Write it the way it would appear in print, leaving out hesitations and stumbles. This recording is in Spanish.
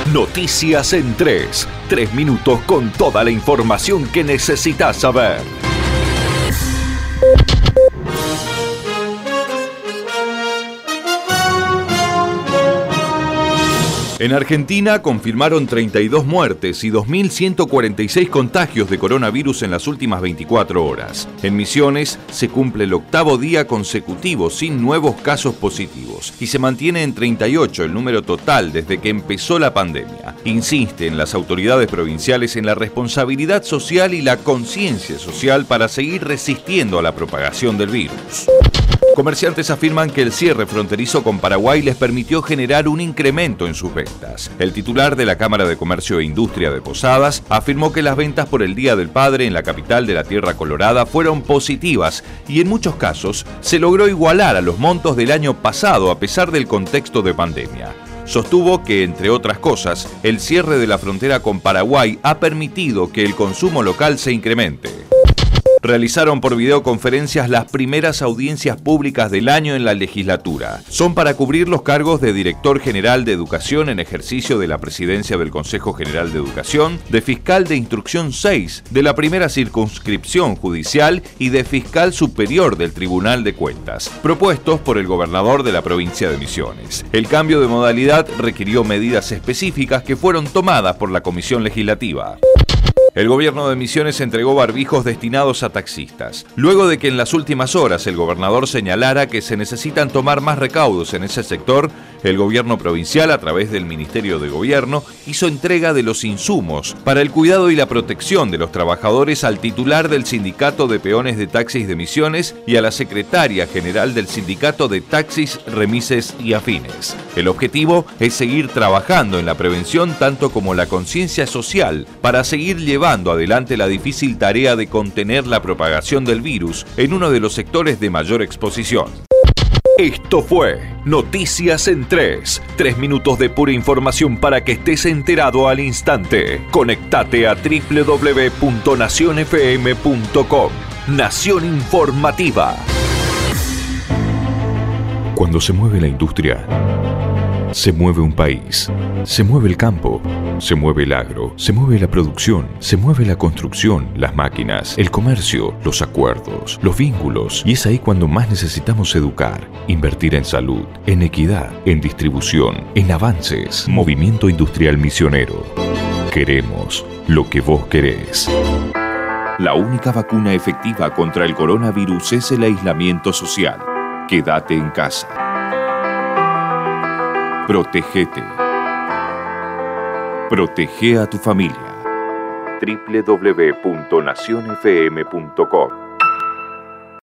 Noticias en 3. 3 minutos con toda la información que necesitas saber. En Argentina confirmaron 32 muertes y 2.146 contagios de coronavirus en las últimas 24 horas. En Misiones se cumple el 8º día consecutivo sin nuevos casos positivos y se mantiene en 38 el número total desde que empezó la pandemia. Insisten las autoridades provinciales en la responsabilidad social y la conciencia social para seguir resistiendo a la propagación del virus. Comerciantes afirman que el cierre fronterizo con Paraguay les permitió generar un incremento en sus ventas. El titular de la Cámara de Comercio e Industria de Posadas afirmó que las ventas por el Día del Padre en la capital de la Tierra Colorada fueron positivas y en muchos casos se logró igualar a los montos del año pasado a pesar del contexto de pandemia. Sostuvo que, entre otras cosas, el cierre de la frontera con Paraguay ha permitido que el consumo local se incremente. Realizaron por videoconferencias las primeras audiencias públicas del año en la legislatura. Son para cubrir los cargos de Director General de Educación en ejercicio de la Presidencia del Consejo General de Educación, de Fiscal de Instrucción 6 de la primera circunscripción judicial y de Fiscal Superior del Tribunal de Cuentas, propuestos por el gobernador de la provincia de Misiones. El cambio de modalidad requirió medidas específicas que fueron tomadas por la Comisión Legislativa. El gobierno de Misiones entregó barbijos destinados a taxistas, luego de que en las últimas horas el gobernador señalara que se necesitan tomar más recaudos en ese sector. El gobierno provincial, a través del Ministerio de Gobierno, hizo entrega de los insumos para el cuidado y la protección de los trabajadores al titular del Sindicato de Peones de Taxis de Misiones y a la secretaria general del Sindicato de Taxis, Remises y Afines. El objetivo es seguir trabajando en la prevención tanto como la conciencia social para seguir llevando adelante la difícil tarea de contener la propagación del virus en uno de los sectores de mayor exposición. Esto fue Noticias en 3. 3 minutos de pura información para que estés enterado al instante. Conectate a www.nacionfm.com. Nación Informativa. Cuando se mueve la industria, se mueve un país, se mueve el campo, se mueve el agro, se mueve la producción, se mueve la construcción, las máquinas, el comercio, los acuerdos, los vínculos. Y es ahí cuando más necesitamos educar, invertir en salud, en equidad, en distribución, en avances. Movimiento Industrial Misionero. Queremos lo que vos querés. La única vacuna efectiva contra el coronavirus es el aislamiento social. Quédate en casa. Protégete. Protege a tu familia. www.nacionfm.com